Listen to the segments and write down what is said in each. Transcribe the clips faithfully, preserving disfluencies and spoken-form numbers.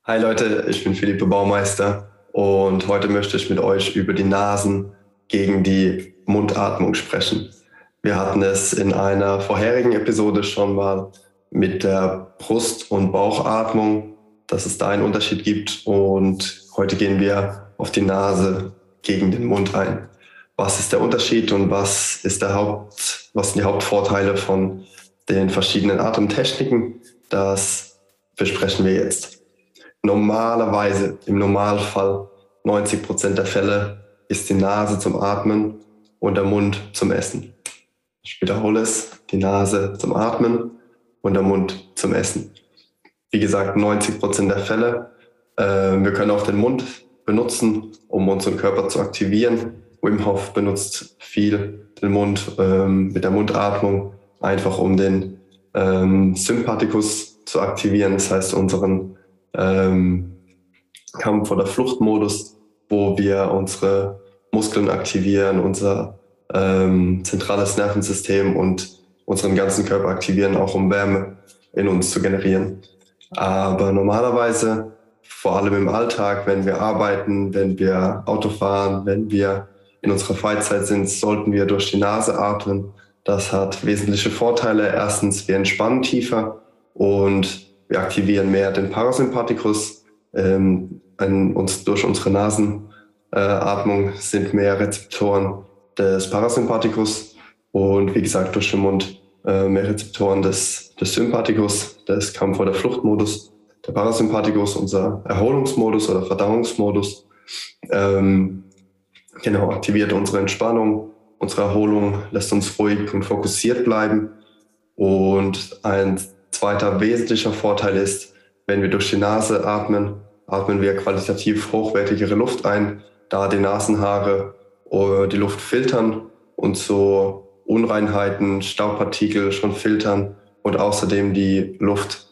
Hi Leute, ich bin Philippe Baumeister und heute möchte ich mit euch über die Nasen gegen die Mundatmung sprechen. Wir hatten es in einer vorherigen Episode schon mal mit der Brust- und Bauchatmung, dass es da einen Unterschied gibt, und heute gehen wir auf die Nase gegen den Mund ein. Was ist der Unterschied und was ist der Haupt, was sind die Hauptvorteile von den verschiedenen Atemtechniken? Das besprechen wir jetzt. Normalerweise, im Normalfall, neunzig Prozent der Fälle ist die Nase zum Atmen und der Mund zum Essen. Ich wiederhole es, die Nase zum Atmen und der Mund zum Essen. Wie gesagt, neunzig Prozent der Fälle. Äh, wir können auch den Mund benutzen, um unseren Körper zu aktivieren. Wim Hof benutzt viel den Mund ähm, mit der Mundatmung, einfach um den ähm, Sympathikus zu aktivieren, das heißt unseren ähm, Kampf- oder Fluchtmodus, wo wir unsere Muskeln aktivieren, unser ähm, zentrales Nervensystem und unseren ganzen Körper aktivieren, auch um Wärme in uns zu generieren. Aber normalerweise, vor allem im Alltag, wenn wir arbeiten, wenn wir Auto fahren, wenn wir in unserer Freizeit sind, sollten wir durch die Nase atmen. Das hat wesentliche Vorteile. Erstens, wir entspannen tiefer und wir aktivieren mehr den Parasympathikus. Ähm, an uns, durch unsere Nasenatmung äh, sind mehr Rezeptoren des Parasympathikus und wie gesagt durch den Mund äh, mehr Rezeptoren des, des Sympathikus, des Kampf- oder Fluchtmodus. Der Parasympathikus, unser Erholungsmodus oder Verdauungsmodus, ähm, genau, aktiviert unsere Entspannung, unsere Erholung, lässt uns ruhig und fokussiert bleiben. Und ein zweiter wesentlicher Vorteil ist, wenn wir durch die Nase atmen, atmen wir qualitativ hochwertigere Luft ein, da die Nasenhaare die Luft filtern und so Unreinheiten, Staubpartikel schon filtern und außerdem die Luft,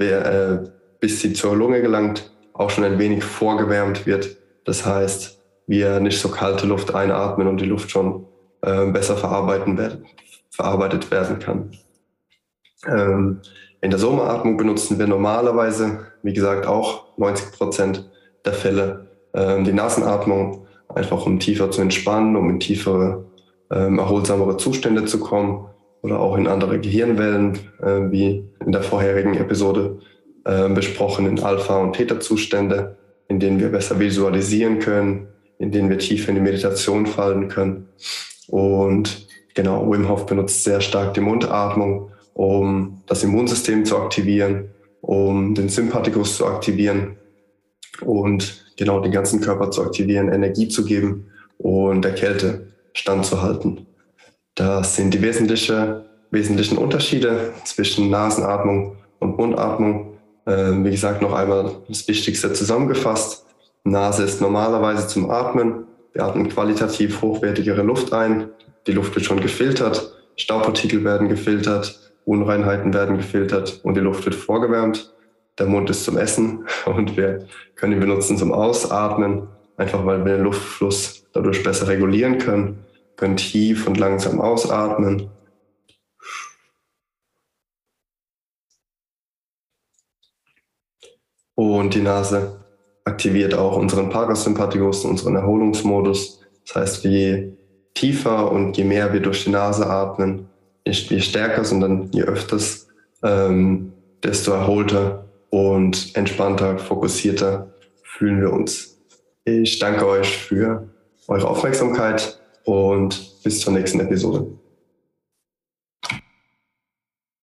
bis sie zur Lunge gelangt, auch schon ein wenig vorgewärmt wird. Das heißt, wir nicht so kalte Luft einatmen und die Luft schon besser verarbeiten werden, verarbeitet werden kann. In der Sommeratmung benutzen wir normalerweise, wie gesagt, auch neunzig Prozent der Fälle die Nasenatmung, einfach um tiefer zu entspannen, um in tiefere, erholsamere Zustände zu kommen oder auch in andere Gehirnwellen, wie in der vorherigen Episode besprochen, in Alpha- und Theta-Zustände, in denen wir besser visualisieren können, in denen wir tiefer in die Meditation fallen können. Und genau, Wim Hof benutzt sehr stark die Mundatmung, um das Immunsystem zu aktivieren, um den Sympathikus zu aktivieren und genau den ganzen Körper zu aktivieren, Energie zu geben und der Kälte standzuhalten. Das sind die wesentliche, wesentlichen Unterschiede zwischen Nasenatmung und Mundatmung. Ähm, wie gesagt, noch einmal das Wichtigste zusammengefasst. Nase ist normalerweise zum Atmen. Wir atmen qualitativ hochwertigere Luft ein. Die Luft wird schon gefiltert, Staubpartikel werden gefiltert, Unreinheiten werden gefiltert und die Luft wird vorgewärmt. Der Mund ist zum Essen und wir können ihn benutzen zum Ausatmen, einfach weil wir den Luftfluss dadurch besser regulieren können, können tief und langsam ausatmen. Und die Nase aktiviert auch unseren Parasympathikus, unseren Erholungsmodus. Das heißt, je tiefer und je mehr wir durch die Nase atmen, je stärker, sondern je öfters, ähm, desto erholter und entspannter, fokussierter fühlen wir uns. Ich danke euch für eure Aufmerksamkeit und bis zur nächsten Episode.